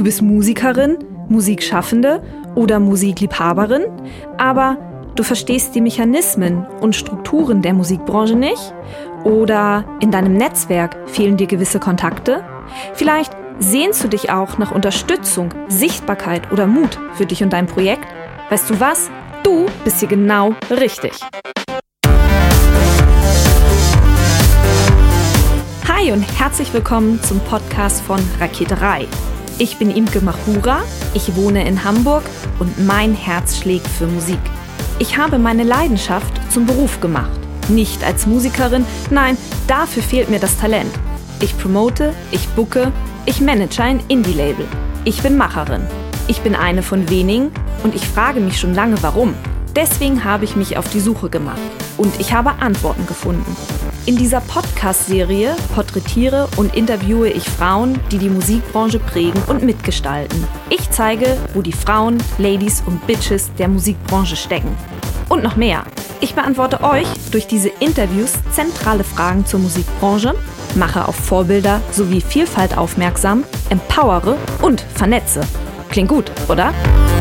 Du bist Musikerin, Musikschaffende oder Musikliebhaberin, aber du verstehst die Mechanismen und Strukturen der Musikbranche nicht? Oder in deinem Netzwerk fehlen dir gewisse Kontakte? Vielleicht sehnst du dich auch nach Unterstützung, Sichtbarkeit oder Mut für dich und dein Projekt? Weißt du was? Du bist hier genau richtig. Hi und herzlich willkommen zum Podcast von Raketerei. Ich bin Imke Machura, ich wohne in Hamburg und mein Herz schlägt für Musik. Ich habe meine Leidenschaft zum Beruf gemacht. Nicht als Musikerin, nein, dafür fehlt mir das Talent. Ich promote, ich booke, ich manage ein Indie-Label. Ich bin Macherin. Ich bin eine von wenigen und ich frage mich schon lange, warum. Deswegen habe ich mich auf die Suche gemacht und ich habe Antworten gefunden. In dieser Podcast-Serie porträtiere und interviewe ich Frauen, die die Musikbranche prägen und mitgestalten. Ich zeige, wo die Frauen, Ladies und Bitches der Musikbranche stecken. Und noch mehr. Ich beantworte euch durch diese Interviews zentrale Fragen zur Musikbranche, mache auf Vorbilder sowie Vielfalt aufmerksam, empowere und vernetze. Klingt gut, oder?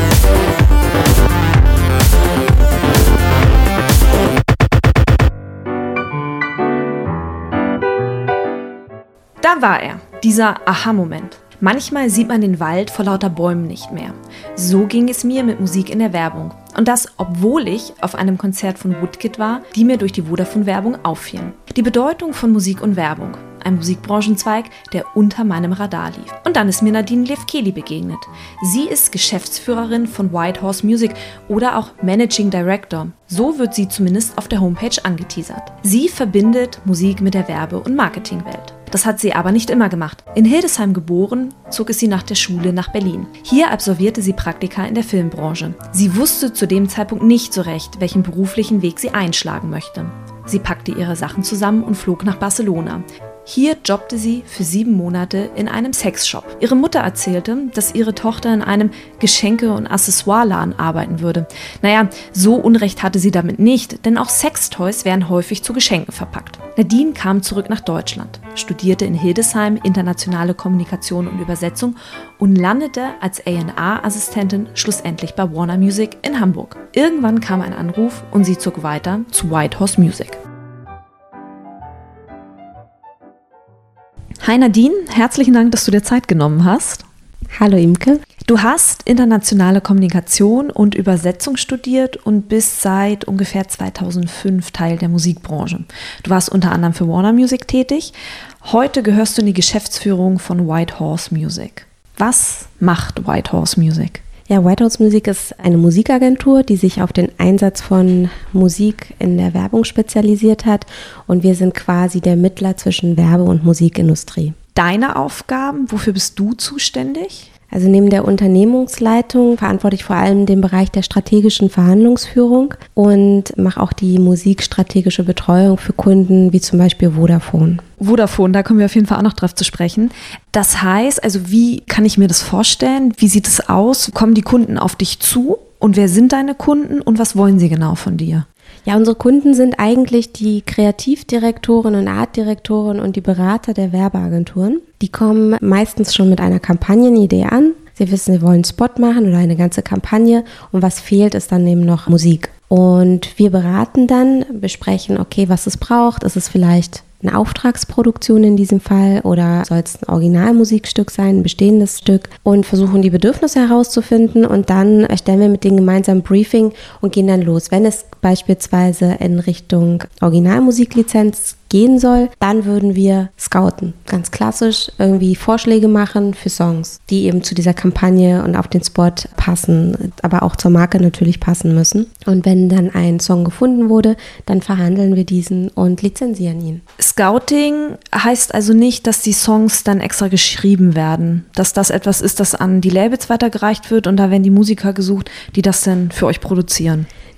Da war er, dieser Aha-Moment. Manchmal sieht man den Wald vor lauter Bäumen nicht mehr. So ging es mir mit Musik in der Werbung. Und das, obwohl ich auf einem Konzert von Woodkid war, die mir durch die Vodafone-Werbung auffielen. Die Bedeutung von Musik und Werbung. Ein Musikbranchenzweig, der unter meinem Radar lief. Und dann ist mir Nadine Levkeli begegnet. Sie ist Geschäftsführerin von White Horse Music oder auch Managing Director. So wird sie zumindest auf der Homepage angeteasert. Sie verbindet Musik mit der Werbe- und Marketingwelt. Das hat sie aber nicht immer gemacht. In Hildesheim geboren, zog es sie nach der Schule nach Berlin. Hier absolvierte sie Praktika in der Filmbranche. Sie wusste zu dem Zeitpunkt nicht so recht, welchen beruflichen Weg sie einschlagen möchte. Sie packte ihre Sachen zusammen und flog nach Barcelona. Hier jobbte sie für 7 Monate in einem Sexshop. Ihre Mutter erzählte, dass ihre Tochter in einem Geschenke- und Accessoireladen arbeiten würde. Naja, so Unrecht hatte sie damit nicht, denn auch Sextoys werden häufig zu Geschenken verpackt. Nadine kam zurück nach Deutschland, studierte in Hildesheim internationale Kommunikation und Übersetzung und landete als A&R-Assistentin schlussendlich bei Warner Music in Hamburg. Irgendwann kam ein Anruf und sie zog weiter zu White Horse Music. Hi Nadine, herzlichen Dank, dass du dir Zeit genommen hast. Hallo Imke. Du hast internationale Kommunikation und Übersetzung studiert und bist seit ungefähr 2005 Teil der Musikbranche. Du warst unter anderem für Warner Music tätig. Heute gehörst du in die Geschäftsführung von White Horse Music. Was macht White Horse Music? Ja, White Horse Music ist eine Musikagentur, die sich auf den Einsatz von Musik in der Werbung spezialisiert hat und wir sind quasi der Mittler zwischen Werbe- und Musikindustrie. Deine Aufgaben, wofür bist du zuständig? Also neben der Unternehmungsleitung verantworte ich vor allem den Bereich der strategischen Verhandlungsführung und mache auch die musikstrategische Betreuung für Kunden wie zum Beispiel Vodafone. Vodafone, da kommen wir auf jeden Fall auch noch drauf zu sprechen. Das heißt, also wie kann ich mir das vorstellen? Wie sieht es aus? Kommen die Kunden auf dich zu? Und wer sind deine Kunden und was wollen sie genau von dir? Ja, unsere Kunden sind eigentlich die Kreativdirektoren und Artdirektoren und die Berater der Werbeagenturen. Die kommen meistens schon mit einer Kampagnenidee an. Sie wissen, sie wollen einen Spot machen oder eine ganze Kampagne und was fehlt, ist dann eben noch Musik. Und wir beraten dann, besprechen, okay, was es braucht. Ist es vielleicht eine Auftragsproduktion in diesem Fall oder soll es ein Originalmusikstück sein, ein bestehendes Stück und versuchen die Bedürfnisse herauszufinden und dann erstellen wir mit denen gemeinsam ein Briefing und gehen dann los. Wenn es beispielsweise in Richtung Originalmusiklizenz gehen soll, dann würden wir scouten. Ganz klassisch irgendwie Vorschläge machen für Songs, die eben zu dieser Kampagne und auf den Spot passen, aber auch zur Marke natürlich passen müssen. Und wenn dann ein Song gefunden wurde, dann verhandeln wir diesen und lizenzieren ihn. Scouting heißt also nicht, dass die Songs dann extra geschrieben werden, dass das etwas ist, das an die Labels weitergereicht wird und da werden die Musiker gesucht, die das dann für euch produzieren.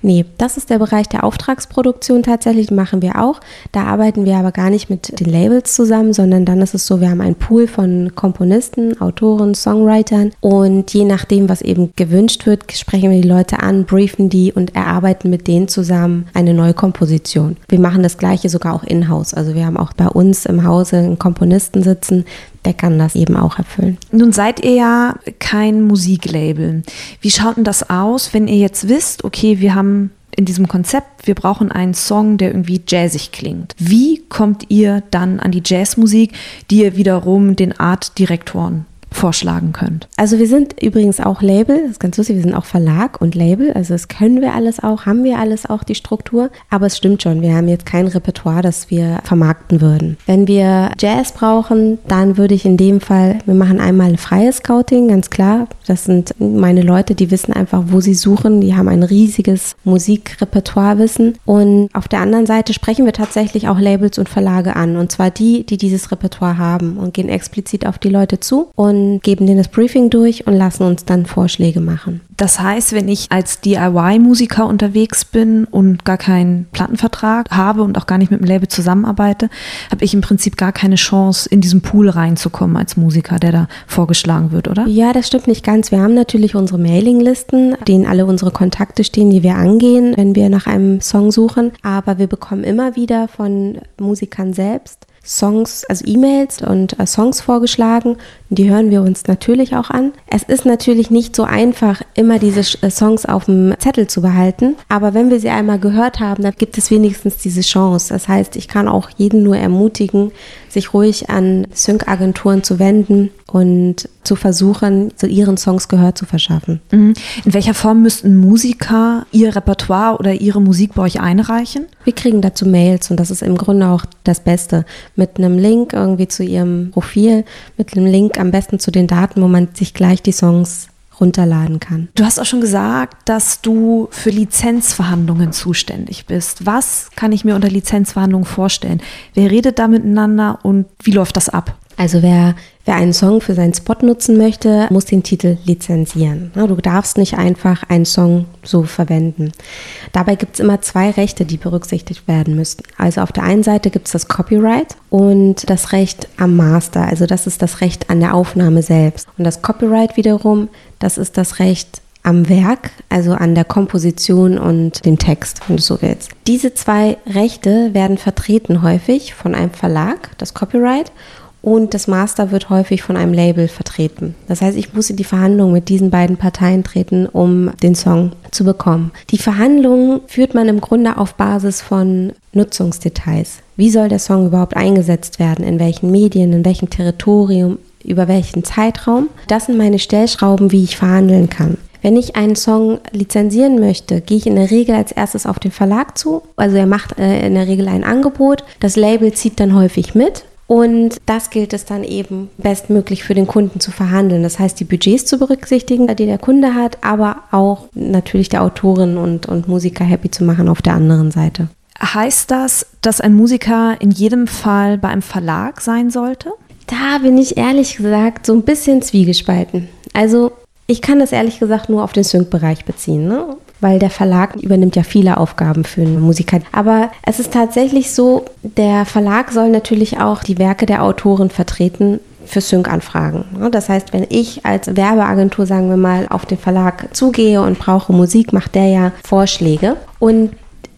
Nee, das ist der Bereich der Auftragsproduktion tatsächlich, machen wir auch. Da arbeiten wir aber gar nicht mit den Labels zusammen, sondern dann ist es so, wir haben einen Pool von Komponisten, Autoren, Songwritern und je nachdem, was eben gewünscht wird, sprechen wir die Leute an, briefen die und erarbeiten mit denen zusammen eine neue Komposition. Wir machen das Gleiche sogar auch in-house. Also wir haben auch bei uns im Hause einen Komponisten sitzen, der kann das eben auch erfüllen. Nun seid ihr ja kein Musiklabel. Wie schaut denn das aus, wenn ihr jetzt wisst, okay, wir haben in diesem Konzept, wir brauchen einen Song, der irgendwie jazzig klingt. Wie kommt ihr dann an die Jazzmusik, die ihr wiederum den Artdirektoren vorschlagen könnt? Also wir sind übrigens auch Label, das ist ganz lustig, wir sind auch Verlag und Label, also das können wir alles auch, haben wir alles auch, die Struktur, aber es stimmt schon, wir haben jetzt kein Repertoire, das wir vermarkten würden. Wenn wir Jazz brauchen, dann würde ich in dem Fall, wir machen einmal ein freies Scouting, ganz klar, das sind meine Leute, die wissen einfach, wo sie suchen, die haben ein riesiges Musikrepertoirewissen und auf der anderen Seite sprechen wir tatsächlich auch Labels und Verlage an und zwar die dieses Repertoire haben und gehen explizit auf die Leute zu und geben denen das Briefing durch und lassen uns dann Vorschläge machen. Das heißt, wenn ich als DIY-Musiker unterwegs bin und gar keinen Plattenvertrag habe und auch gar nicht mit dem Label zusammenarbeite, habe ich im Prinzip gar keine Chance, in diesen Pool reinzukommen als Musiker, der da vorgeschlagen wird, oder? Ja, das stimmt nicht ganz. Wir haben natürlich unsere Mailinglisten, denen alle unsere Kontakte stehen, die wir angehen, wenn wir nach einem Song suchen. Aber wir bekommen immer wieder von Musikern selbst Songs, also E-Mails und Songs vorgeschlagen. Die hören wir uns natürlich auch an. Es ist natürlich nicht so einfach, immer diese Songs auf dem Zettel zu behalten. Aber wenn wir sie einmal gehört haben, dann gibt es wenigstens diese Chance. Das heißt, ich kann auch jeden nur ermutigen, sich ruhig an Sync-Agenturen zu wenden und zu versuchen, zu ihren Songs Gehör zu verschaffen. In welcher Form müssten Musiker ihr Repertoire oder ihre Musik bei euch einreichen? Wir kriegen dazu Mails und das ist im Grunde auch das Beste. Mit einem Link irgendwie zu ihrem Profil, mit einem Link am besten zu den Daten, wo man sich gleich die Songs runterladen kann. Du hast auch schon gesagt, dass du für Lizenzverhandlungen zuständig bist. Was kann ich mir unter Lizenzverhandlungen vorstellen? Wer redet da miteinander und wie läuft das ab? Also wer einen Song für seinen Spot nutzen möchte, muss den Titel lizenzieren. Du darfst nicht einfach einen Song so verwenden. Dabei gibt es immer 2 Rechte, die berücksichtigt werden müssen. Also auf der einen Seite gibt es das Copyright und das Recht am Master. Also das ist das Recht an der Aufnahme selbst. Und das Copyright wiederum, das ist das Recht am Werk, also an der Komposition und dem Text, wenn du so willst. Diese 2 Rechte werden vertreten häufig von einem Verlag, das Copyright, und das Master wird häufig von einem Label vertreten. Das heißt, ich muss in die Verhandlungen mit diesen beiden Parteien treten, um den Song zu bekommen. Die Verhandlungen führt man im Grunde auf Basis von Nutzungsdetails. Wie soll der Song überhaupt eingesetzt werden? In welchen Medien, in welchem Territorium, über welchen Zeitraum? Das sind meine Stellschrauben, wie ich verhandeln kann. Wenn ich einen Song lizenzieren möchte, gehe ich in der Regel als erstes auf den Verlag zu. Also er macht in der Regel ein Angebot. Das Label zieht dann häufig mit. Und das gilt es dann eben bestmöglich für den Kunden zu verhandeln. Das heißt, die Budgets zu berücksichtigen, die der Kunde hat, aber auch natürlich der Autoren und Musiker happy zu machen auf der anderen Seite. Heißt das, dass ein Musiker in jedem Fall bei einem Verlag sein sollte? Da bin ich ehrlich gesagt so ein bisschen zwiegespalten. Also ich kann das ehrlich gesagt nur auf den Sync-Bereich beziehen, ne? Weil der Verlag übernimmt ja viele Aufgaben für einen Musiker. Aber es ist tatsächlich so, der Verlag soll natürlich auch die Werke der Autoren vertreten für Sync-Anfragen. Das heißt, wenn ich als Werbeagentur, sagen wir mal, auf den Verlag zugehe und brauche Musik, macht der ja Vorschläge. Und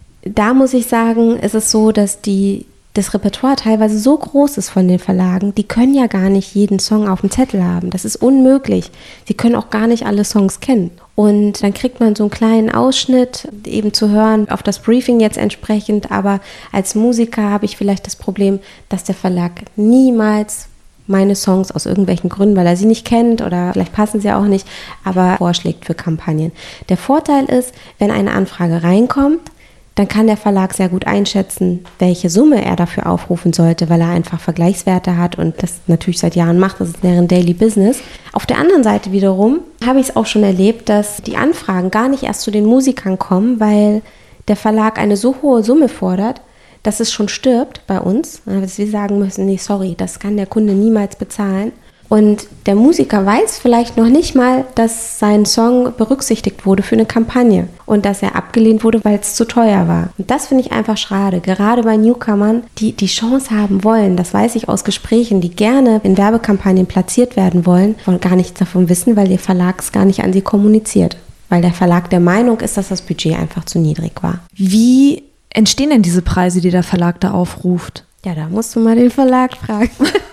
da muss ich sagen, ist es so, dass das Repertoire teilweise so groß ist von den Verlagen, die können ja gar nicht jeden Song auf dem Zettel haben. Das ist unmöglich. Sie können auch gar nicht alle Songs kennen. Und dann kriegt man so einen kleinen Ausschnitt, eben zu hören, auf das Briefing jetzt entsprechend. Aber als Musiker habe ich vielleicht das Problem, dass der Verlag niemals meine Songs aus irgendwelchen Gründen, weil er sie nicht kennt oder vielleicht passen sie auch nicht, aber vorschlägt für Kampagnen. Der Vorteil ist, wenn eine Anfrage reinkommt, dann kann der Verlag sehr gut einschätzen, welche Summe er dafür aufrufen sollte, weil er einfach Vergleichswerte hat und das natürlich seit Jahren macht. Das ist deren Daily Business. Auf der anderen Seite wiederum habe ich es auch schon erlebt, dass die Anfragen gar nicht erst zu den Musikern kommen, weil der Verlag eine so hohe Summe fordert, dass es schon stirbt bei uns. Dass wir sagen müssen, nee, sorry, das kann der Kunde niemals bezahlen, Und der Musiker weiß vielleicht noch nicht mal, dass sein Song berücksichtigt wurde für eine Kampagne und dass er abgelehnt wurde, weil es zu teuer war. Und das finde ich einfach schade. Gerade bei Newcomern, die die Chance haben wollen, das weiß ich aus Gesprächen, die gerne in Werbekampagnen platziert werden wollen und gar nichts davon wissen, weil ihr Verlag es gar nicht an sie kommuniziert. Weil der Verlag der Meinung ist, dass das Budget einfach zu niedrig war. Wie entstehen denn diese Preise, die der Verlag da aufruft? Ja, da musst du mal den Verlag fragen.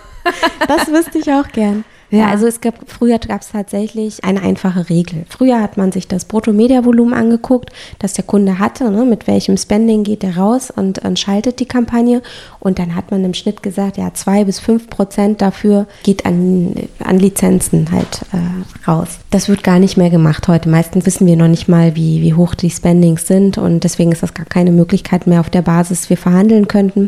Das wüsste ich auch gern. Ja, also früher gab es tatsächlich eine einfache Regel. Früher hat man sich das Brutto-Media-Volumen angeguckt, das der Kunde hatte, ne, mit welchem Spending geht der raus und schaltet die Kampagne. Und dann hat man im Schnitt gesagt, ja, 2-5% dafür geht an Lizenzen halt raus. Das wird gar nicht mehr gemacht heute. Meistens wissen wir noch nicht mal, wie hoch die Spendings sind und deswegen ist das gar keine Möglichkeit mehr, auf der Basis wir verhandeln könnten.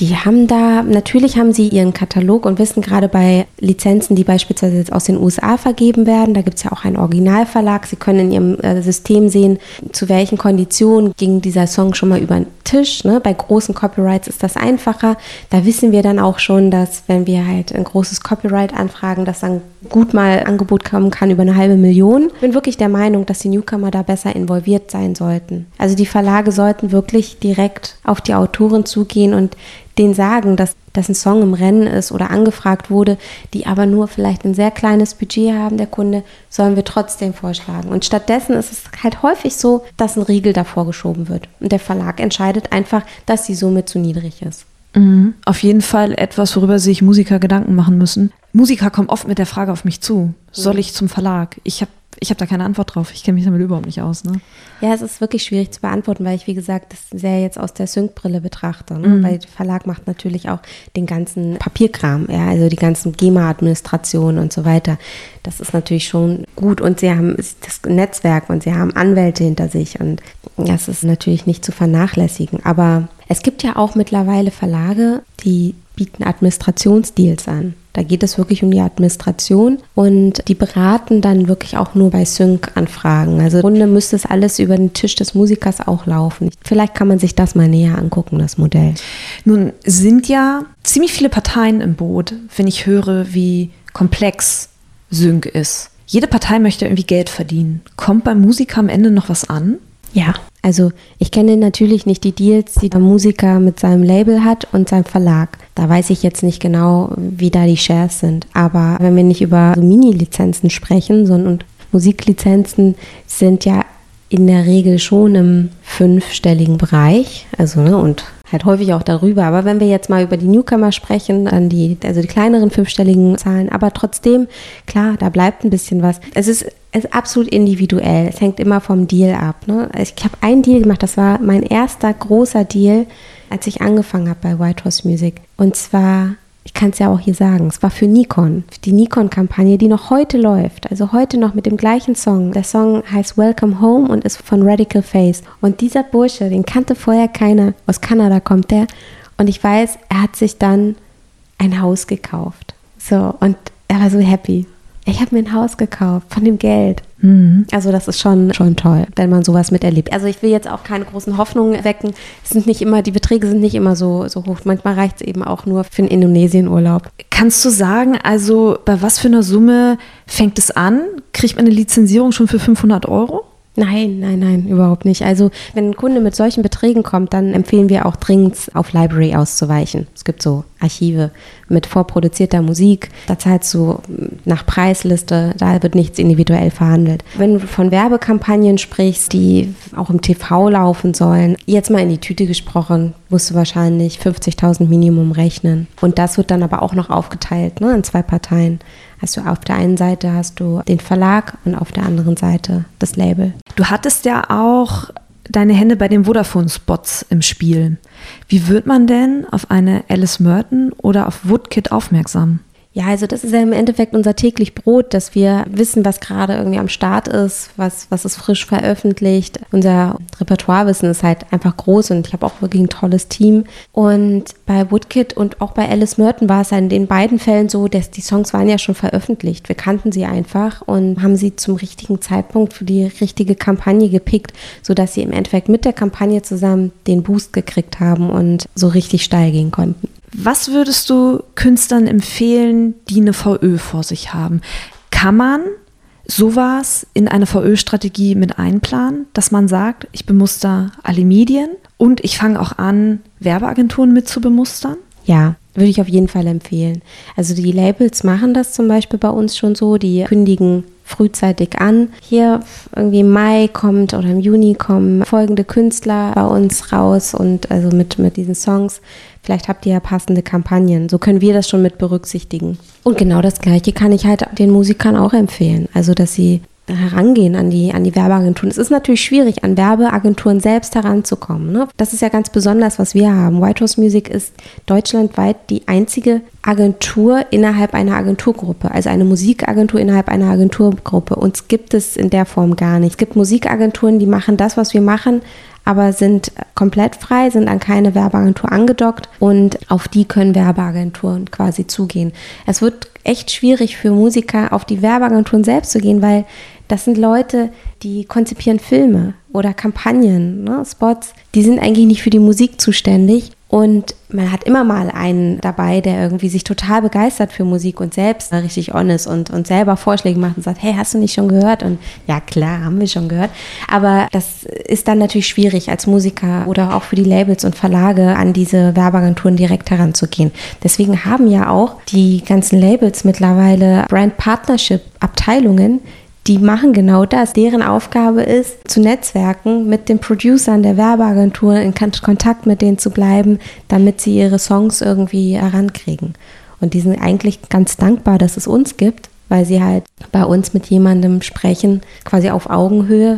Natürlich haben sie ihren Katalog und wissen gerade bei Lizenzen, die beispielsweise jetzt aus den USA vergeben werden, da gibt es ja auch einen Originalverlag, sie können in ihrem System sehen, zu welchen Konditionen ging dieser Song schon mal über den Tisch. Ne? Bei großen Copyrights ist das einfacher. Da wissen wir dann auch schon, dass wenn wir halt ein großes Copyright anfragen, dass dann gut mal Angebot kommen kann über 500.000. Ich bin wirklich der Meinung, dass die Newcomer da besser involviert sein sollten. Also die Verlage sollten wirklich direkt auf die Autoren zugehen und denen sagen, dass ein Song im Rennen ist oder angefragt wurde, die aber nur vielleicht ein sehr kleines Budget haben, der Kunde, sollen wir trotzdem vorschlagen. Und stattdessen ist es halt häufig so, dass ein Riegel davor geschoben wird. Und der Verlag entscheidet einfach, dass die Summe zu niedrig ist. Auf jeden Fall etwas, worüber sich Musiker Gedanken machen müssen. Musiker kommen oft mit der Frage auf mich zu, soll ich zum Verlag? Ich hab da keine Antwort drauf. Ich kenne mich damit überhaupt nicht aus. Ne? Ja, es ist wirklich schwierig zu beantworten, weil ich, wie gesagt, das sehr jetzt aus der Sync-Brille betrachte. Ne? Weil der Verlag macht natürlich auch den ganzen Papierkram, ja, also die ganzen GEMA-Administration und so weiter. Das ist natürlich schon gut und sie haben das Netzwerk und sie haben Anwälte hinter sich und das ist natürlich nicht zu vernachlässigen. Aber es gibt ja auch mittlerweile Verlage, die bieten Administrationsdeals an. Da geht es wirklich um die Administration und die beraten dann wirklich auch nur bei Sync-Anfragen. Also im Grunde müsste es alles über den Tisch des Musikers auch laufen. Vielleicht kann man sich das mal näher angucken, das Modell. Nun sind ja ziemlich viele Parteien im Boot, wenn ich höre, wie komplex Sync ist. Jede Partei möchte irgendwie Geld verdienen. Kommt beim Musiker am Ende noch was an? Ja, also ich kenne natürlich nicht die Deals, die der Musiker mit seinem Label hat und seinem Verlag. Da weiß ich jetzt nicht genau, wie da die Shares sind. Aber wenn wir nicht über so Mini-Lizenzen sprechen, sondern Musiklizenzen sind ja in der Regel schon im 5-stelligen Bereich. Also, ne, und halt häufig auch darüber. Aber wenn wir jetzt mal über die Newcomer sprechen, dann die kleineren 5-stelligen Zahlen. Aber trotzdem, klar, da bleibt ein bisschen was. Es ist absolut individuell. Es hängt immer vom Deal ab. Ne? Ich habe einen Deal gemacht, das war mein erster großer Deal, als ich angefangen habe bei White Horse Music. Und zwar, ich kann es ja auch hier sagen, es war für Nikon, für die Nikon-Kampagne, die noch heute läuft. Also heute noch mit dem gleichen Song. Der Song heißt Welcome Home und ist von Radical Face. Und dieser Bursche, den kannte vorher keiner. Aus Kanada kommt der. Und ich weiß, er hat sich dann ein Haus gekauft. So, und er war so happy. Ich habe mir ein Haus gekauft von dem Geld. Also das ist schon toll, wenn man sowas miterlebt. Also ich will jetzt auch keine großen Hoffnungen wecken. Die Beträge sind nicht immer so hoch. Manchmal reicht es eben auch nur für einen Indonesien-Urlaub. Kannst du sagen, also bei was für einer Summe fängt es an? Kriegt man eine Lizenzierung schon für 500 €? Nein, überhaupt nicht. Also wenn ein Kunde mit solchen Beträgen kommt, dann empfehlen wir auch dringend auf Library auszuweichen. Es gibt so Archive mit vorproduzierter Musik, da zahlst du nach Preisliste, da wird nichts individuell verhandelt. Wenn du von Werbekampagnen sprichst, die auch im TV laufen sollen, jetzt mal in die Tüte gesprochen, musst du wahrscheinlich 50.000 Minimum rechnen. Und das wird dann aber auch noch aufgeteilt, ne, in 2 Parteien. Also auf der einen Seite hast du den Verlag und auf der anderen Seite das Label. Du hattest ja auch deine Hände bei den Vodafone-Spots im Spiel. Wie wird man denn auf eine Alice Merton oder auf Woodkid aufmerksam? Ja, also das ist ja im Endeffekt unser täglich Brot, dass wir wissen, was gerade irgendwie am Start ist, was ist frisch veröffentlicht. Unser Repertoirewissen ist halt einfach groß und ich habe auch wirklich ein tolles Team. Und bei Woodkid und auch bei Alice Merton war es in den beiden Fällen so, dass die Songs waren ja schon veröffentlicht. Wir kannten sie einfach und haben sie zum richtigen Zeitpunkt für die richtige Kampagne gepickt, sodass sie im Endeffekt mit der Kampagne zusammen den Boost gekriegt haben und so richtig steil gehen konnten. Was würdest du Künstlern empfehlen, die eine VÖ vor sich haben? Kann man sowas in eine VÖ-Strategie mit einplanen, dass man sagt, ich bemuster alle Medien und ich fange auch an, Werbeagenturen mit zu bemustern? Ja, würde ich auf jeden Fall empfehlen. Also die Labels machen das zum Beispiel bei uns schon so, die kündigen frühzeitig an. Hier irgendwie im Mai kommt oder im Juni kommen folgende Künstler bei uns raus und also mit diesen Songs. Vielleicht habt ihr ja passende Kampagnen. So können wir das schon mit berücksichtigen. Und genau das Gleiche kann ich halt den Musikern auch empfehlen. Also, dass sie herangehen an die Werbeagenturen. Es ist natürlich schwierig, an Werbeagenturen selbst heranzukommen. Ne? Das ist ja ganz besonders, was wir haben. White House Music ist deutschlandweit die einzige Agentur innerhalb einer Agenturgruppe, also eine Musikagentur innerhalb einer Agenturgruppe. Uns gibt es in der Form gar nicht. Es gibt Musikagenturen, die machen das, was wir machen, aber sind komplett frei, sind an keine Werbeagentur angedockt und auf die können Werbeagenturen quasi zugehen. Es wird echt schwierig für Musiker, auf die Werbeagenturen selbst zu gehen, weil das sind Leute, die konzipieren Filme oder Kampagnen, ne, Spots, die sind eigentlich nicht für die Musik zuständig. Und man hat immer mal einen dabei, der irgendwie sich total begeistert für Musik und selbst richtig on ist und selber Vorschläge macht und sagt, hey, hast du nicht schon gehört? Und ja, klar, haben wir schon gehört. Aber das ist dann natürlich schwierig als Musiker oder auch für die Labels und Verlage an diese Werbeagenturen direkt heranzugehen. Deswegen haben ja auch die ganzen Labels mittlerweile Brand-Partnership-Abteilungen, die machen genau das. Deren Aufgabe ist, zu netzwerken, mit den Producern der Werbeagentur in Kontakt mit denen zu bleiben, damit sie ihre Songs irgendwie herankriegen. Und die sind eigentlich ganz dankbar, dass es uns gibt, weil sie halt bei uns mit jemandem sprechen, quasi auf Augenhöhe.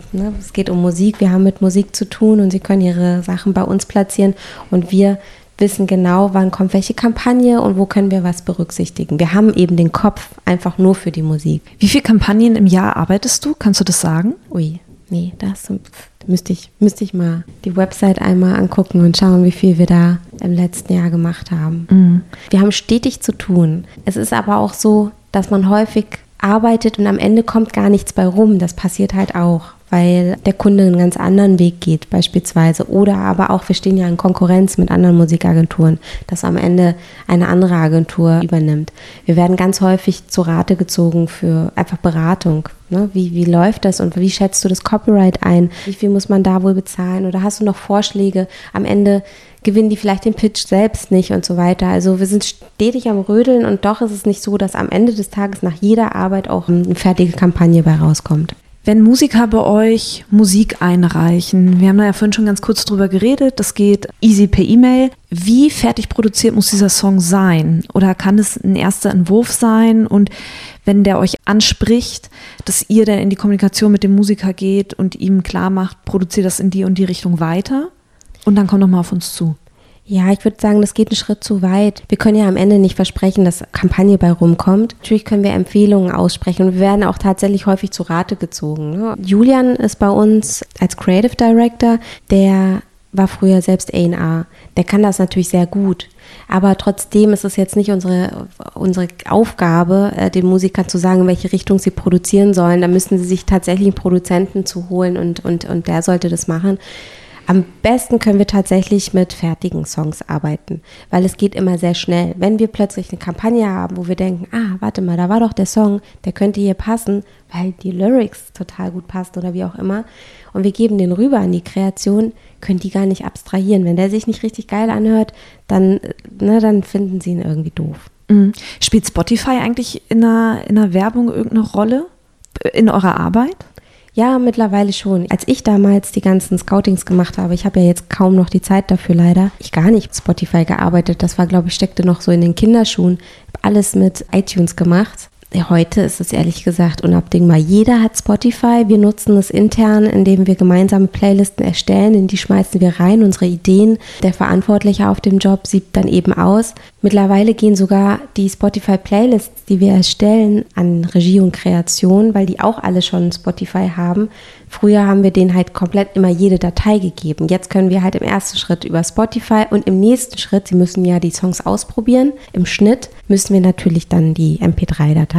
Es geht um Musik, wir haben mit Musik zu tun und sie können ihre Sachen bei uns platzieren und wir wissen genau, wann kommt welche Kampagne und wo können wir was berücksichtigen. Wir haben eben den Kopf einfach nur für die Musik. Wie viele Kampagnen im Jahr arbeitest du? Kannst du das sagen? Ui, nee, das müsste ich mal die Website einmal angucken und schauen, wie viel wir da im letzten Jahr gemacht haben. Mhm. Wir haben stetig zu tun. Es ist aber auch so, dass man häufig arbeitet und am Ende kommt gar nichts bei rum. Das passiert halt auch, weil der Kunde einen ganz anderen Weg geht beispielsweise. Oder aber auch, wir stehen ja in Konkurrenz mit anderen Musikagenturen, dass am Ende eine andere Agentur übernimmt. Wir werden ganz häufig zu Rate gezogen für einfach Beratung. Ne? Wie läuft das und wie schätzt du das Copyright ein? Wie viel muss man da wohl bezahlen? Oder hast du noch Vorschläge? Am Ende gewinnen die vielleicht den Pitch selbst nicht und so weiter. Also wir sind stetig am Rödeln und doch ist es nicht so, dass am Ende des Tages nach jeder Arbeit auch eine fertige Kampagne bei rauskommt. Wenn Musiker bei euch Musik einreichen, wir haben da ja vorhin schon ganz kurz drüber geredet, das geht easy per E-Mail. Wie fertig produziert muss dieser Song sein? Oder kann es ein erster Entwurf sein? Und wenn der euch anspricht, dass ihr dann in die Kommunikation mit dem Musiker geht und ihm klar macht, produziert das in die und die Richtung weiter? Und dann kommt nochmal auf uns zu. Ja, ich würde sagen, das geht einen Schritt zu weit. Wir können ja am Ende nicht versprechen, dass Kampagne bei rumkommt. Natürlich können wir Empfehlungen aussprechen und wir werden auch tatsächlich häufig zu Rate gezogen. Ne? Julian ist bei uns als Creative Director, der war früher selbst A&R. Der kann das natürlich sehr gut. Aber trotzdem ist es jetzt nicht unsere Aufgabe, den Musikern zu sagen, in welche Richtung sie produzieren sollen. Da müssen sie sich tatsächlich einen Produzenten zu holen und der sollte das machen. Am besten können wir tatsächlich mit fertigen Songs arbeiten, weil es geht immer sehr schnell. Wenn wir plötzlich eine Kampagne haben, wo wir denken, warte mal, da war doch der Song, der könnte hier passen, weil die Lyrics total gut passen oder wie auch immer, und wir geben den rüber an die Kreation, können die gar nicht abstrahieren. Wenn der sich nicht richtig geil anhört, dann finden sie ihn irgendwie doof. Mhm. Spielt Spotify eigentlich in einer Werbung irgendeine Rolle in eurer Arbeit? Ja, mittlerweile schon. Als ich damals die ganzen Scoutings gemacht habe, ich habe ja jetzt kaum noch die Zeit dafür leider, ich gar nicht mit Spotify gearbeitet. Das war, glaube ich, steckte noch so in den Kinderschuhen. Ich habe alles mit iTunes gemacht. Heute ist es ehrlich gesagt unabdingbar. Jeder hat Spotify. Wir nutzen es intern, indem wir gemeinsame Playlisten erstellen. In die schmeißen wir rein, unsere Ideen. Der Verantwortliche auf dem Job siebt dann eben aus. Mittlerweile gehen sogar die Spotify-Playlists, die wir erstellen, an Regie und Kreation, weil die auch alle schon Spotify haben. Früher haben wir denen halt komplett immer jede Datei gegeben. Jetzt können wir halt im ersten Schritt über Spotify und im nächsten Schritt, sie müssen ja die Songs ausprobieren. Im Schnitt müssen wir natürlich dann die MP3-Dateien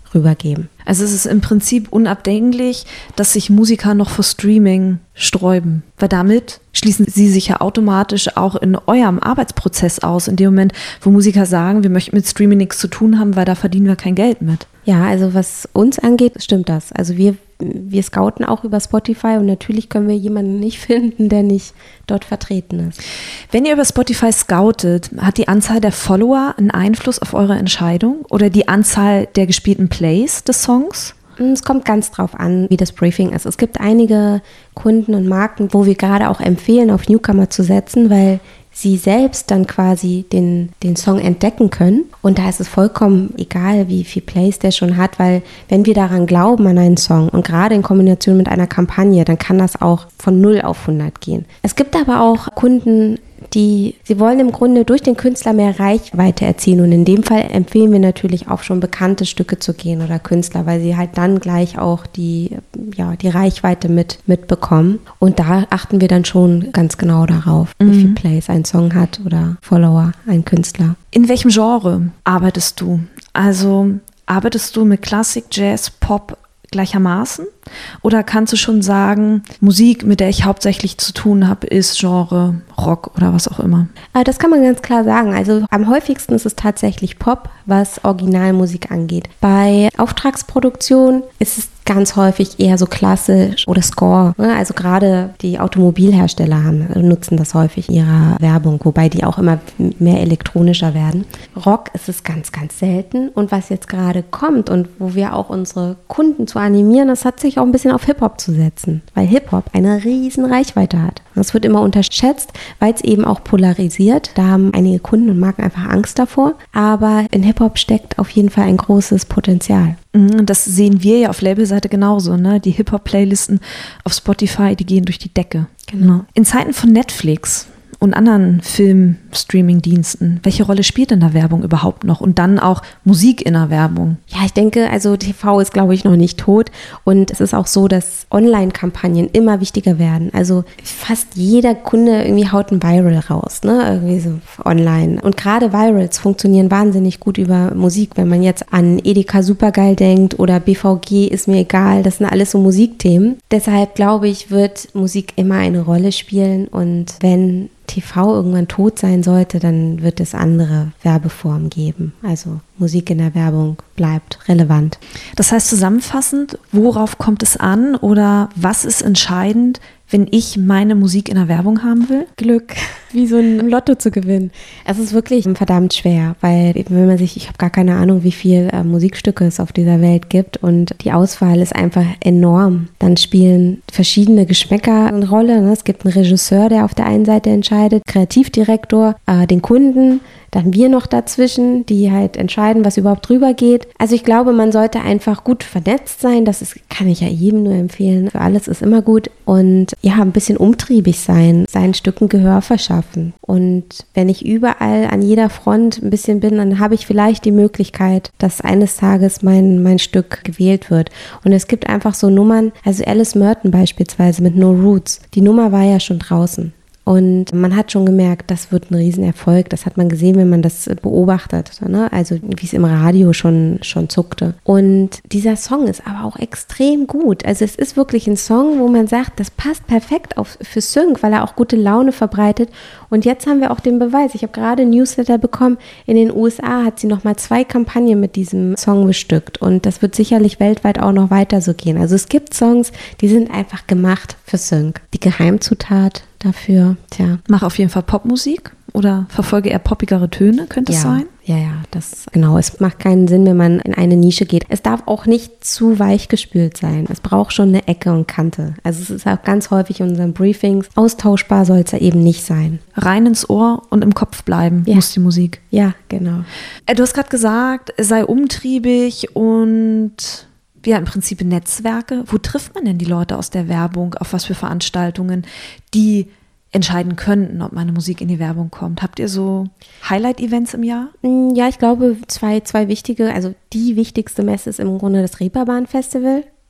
rübergeben. Also es ist im Prinzip unabdinglich, dass sich Musiker noch vor Streaming sträuben, weil damit schließen sie sich ja automatisch auch in eurem Arbeitsprozess aus, in dem Moment, wo Musiker sagen, wir möchten mit Streaming nichts zu tun haben, weil da verdienen wir kein Geld mit. Ja, also was uns angeht, stimmt das. Also wir scouten auch über Spotify und natürlich können wir jemanden nicht finden, der nicht dort vertreten ist. Wenn ihr über Spotify scoutet, hat die Anzahl der Follower einen Einfluss auf eure Entscheidung oder die Anzahl der gespielten Plays des Songs? Es kommt ganz drauf an, wie das Briefing ist. Es gibt einige Kunden und Marken, wo wir gerade auch empfehlen, auf Newcomer zu setzen, weil sie selbst dann quasi den Song entdecken können. Und da ist es vollkommen egal, wie viel Plays der schon hat, weil wenn wir daran glauben an einen Song und gerade in Kombination mit einer Kampagne, dann kann das auch von 0 auf 100 gehen. Es gibt aber auch Kunden, sie wollen im Grunde durch den Künstler mehr Reichweite erzielen und in dem Fall empfehlen wir natürlich auch schon bekannte Stücke zu gehen oder Künstler, weil sie halt dann gleich auch die Reichweite mitbekommen und da achten wir dann schon ganz genau darauf, wie viel Plays ein Song hat oder Follower ein Künstler. In welchem Genre arbeitest du? Also arbeitest du mit Klassik, Jazz, Pop gleichermaßen? Oder kannst du schon sagen, Musik, mit der ich hauptsächlich zu tun habe, ist Genre Rock oder was auch immer? Das kann man ganz klar sagen. Also am häufigsten ist es tatsächlich Pop, was Originalmusik angeht. Bei Auftragsproduktion ist es ganz häufig eher so klassisch oder Score. Also gerade die Automobilhersteller nutzen das häufig in ihrer Werbung, wobei die auch immer mehr elektronischer werden. Rock ist es ganz, ganz selten. Und was jetzt gerade kommt und wo wir auch unsere Kunden zu animieren, das hat sich auch ein bisschen auf Hip-Hop zu setzen, weil Hip-Hop eine riesen Reichweite hat. Das wird immer unterschätzt, weil es eben auch polarisiert. Da haben einige Kunden und Marken einfach Angst davor. Aber in Hip-Hop steckt auf jeden Fall ein großes Potenzial. Das sehen wir ja auf Labelseite genauso, ne? Die Hip-Hop-Playlisten auf Spotify, die gehen durch die Decke. Genau. In Zeiten von Netflix und anderen Film-Streaming-Diensten, welche Rolle spielt denn da Werbung überhaupt noch? Und dann auch Musik in der Werbung? Ja, ich denke, also TV ist, glaube ich, noch nicht tot. Und es ist auch so, dass Online-Kampagnen immer wichtiger werden. Also fast jeder Kunde irgendwie haut ein Viral raus, ne? Irgendwie so online. Und gerade Virals funktionieren wahnsinnig gut über Musik. Wenn man jetzt an Edeka Supergeil denkt oder BVG ist mir egal, das sind alles so Musikthemen. Deshalb glaube ich, wird Musik immer eine Rolle spielen. Und wenn TV irgendwann tot sein sollte, dann wird es andere Werbeformen geben. Also Musik in der Werbung bleibt relevant. Das heißt zusammenfassend, worauf kommt es an oder was ist entscheidend, wenn ich meine Musik in der Werbung haben will? Glück, wie so ein Lotto zu gewinnen. Es ist wirklich verdammt schwer, weil wenn ich habe gar keine Ahnung, wie viel Musikstücke es auf dieser Welt gibt und die Auswahl ist einfach enorm. Dann spielen verschiedene Geschmäcker eine Rolle. Ne? Es gibt einen Regisseur, der auf der einen Seite entscheidet, Kreativdirektor, den Kunden, dann wir noch dazwischen, die halt entscheiden, was überhaupt drüber geht. Also ich glaube, man sollte einfach gut vernetzt sein. Kann ich ja jedem nur empfehlen. Für alles ist immer gut. Und ja, ein bisschen umtriebig sein, seinen Stücken Gehör verschaffen. Und wenn ich überall an jeder Front ein bisschen bin, dann habe ich vielleicht die Möglichkeit, dass eines Tages mein Stück gewählt wird. Und es gibt einfach so Nummern, also Alice Merton beispielsweise mit No Roots. Die Nummer war ja schon draußen. Und man hat schon gemerkt, das wird ein Riesenerfolg. Das hat man gesehen, wenn man das beobachtet, ne? Also wie es im Radio schon zuckte. Und dieser Song ist aber auch extrem gut. Also es ist wirklich ein Song, wo man sagt, das passt perfekt für Sync, weil er auch gute Laune verbreitet. Und jetzt haben wir auch den Beweis. Ich habe gerade ein Newsletter bekommen. In den USA hat sie nochmal 2 Kampagnen mit diesem Song bestückt. Und das wird sicherlich weltweit auch noch weiter so gehen. Also es gibt Songs, die sind einfach gemacht für Sync. Die Geheimzutat dafür, Mach auf jeden Fall Popmusik oder verfolge eher poppigere Töne, könnte es sein? Ja, genau. Es macht keinen Sinn, wenn man in eine Nische geht. Es darf auch nicht zu weich gespült sein. Es braucht schon eine Ecke und Kante. Also es ist auch ganz häufig in unseren Briefings, austauschbar soll es ja eben nicht sein. Rein ins Ohr und im Kopf bleiben muss die Musik. Ja, genau. Du hast gerade gesagt, es sei umtriebig und ja, im Prinzip Netzwerke. Wo trifft man denn die Leute aus der Werbung? Auf was für Veranstaltungen, die entscheiden könnten, ob meine Musik in die Werbung kommt? Habt ihr so Highlight-Events im Jahr? Ja, ich glaube, zwei wichtige, also die wichtigste Messe ist im Grunde das Reeperbahn Festival.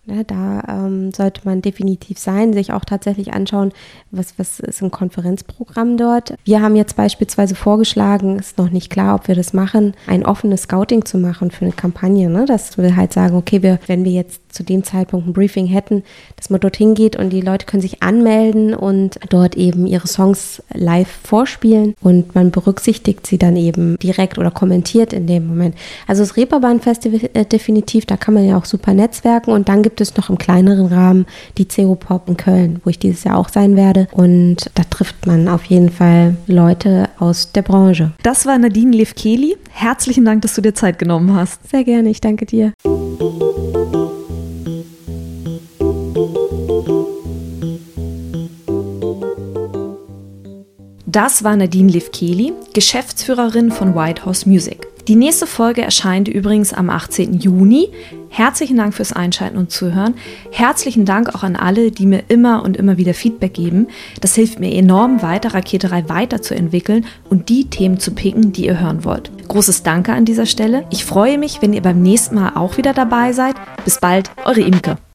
Ja, da sollte man definitiv sein, sich auch tatsächlich anschauen, was ist ein Konferenzprogramm dort. Wir haben jetzt beispielsweise vorgeschlagen, ist noch nicht klar, ob wir das machen, ein offenes Scouting zu machen für eine Kampagne, ne? Dass wir halt sagen, okay, wenn wir jetzt zu dem Zeitpunkt ein Briefing hätten, dass man dorthin geht und die Leute können sich anmelden und dort eben ihre Songs live vorspielen und man berücksichtigt sie dann eben direkt oder kommentiert in dem Moment. Also das Reeperbahn-Festival definitiv, da kann man ja auch super netzwerken und dann gibt es noch im kleineren Rahmen die CO-Pop in Köln, wo ich dieses Jahr auch sein werde und da trifft man auf jeden Fall Leute aus der Branche. Das war Nadine Levkeli. Herzlichen Dank, dass du dir Zeit genommen hast. Sehr gerne, ich danke dir. Das war Nadine Levkeli, Geschäftsführerin von White House Music. Die nächste Folge erscheint übrigens am 18. Juni. Herzlichen Dank fürs Einschalten und Zuhören. Herzlichen Dank auch an alle, die mir immer und immer wieder Feedback geben. Das hilft mir enorm weiter, Raketerei weiterzuentwickeln und die Themen zu picken, die ihr hören wollt. Großes Danke an dieser Stelle. Ich freue mich, wenn ihr beim nächsten Mal auch wieder dabei seid. Bis bald, eure Imke.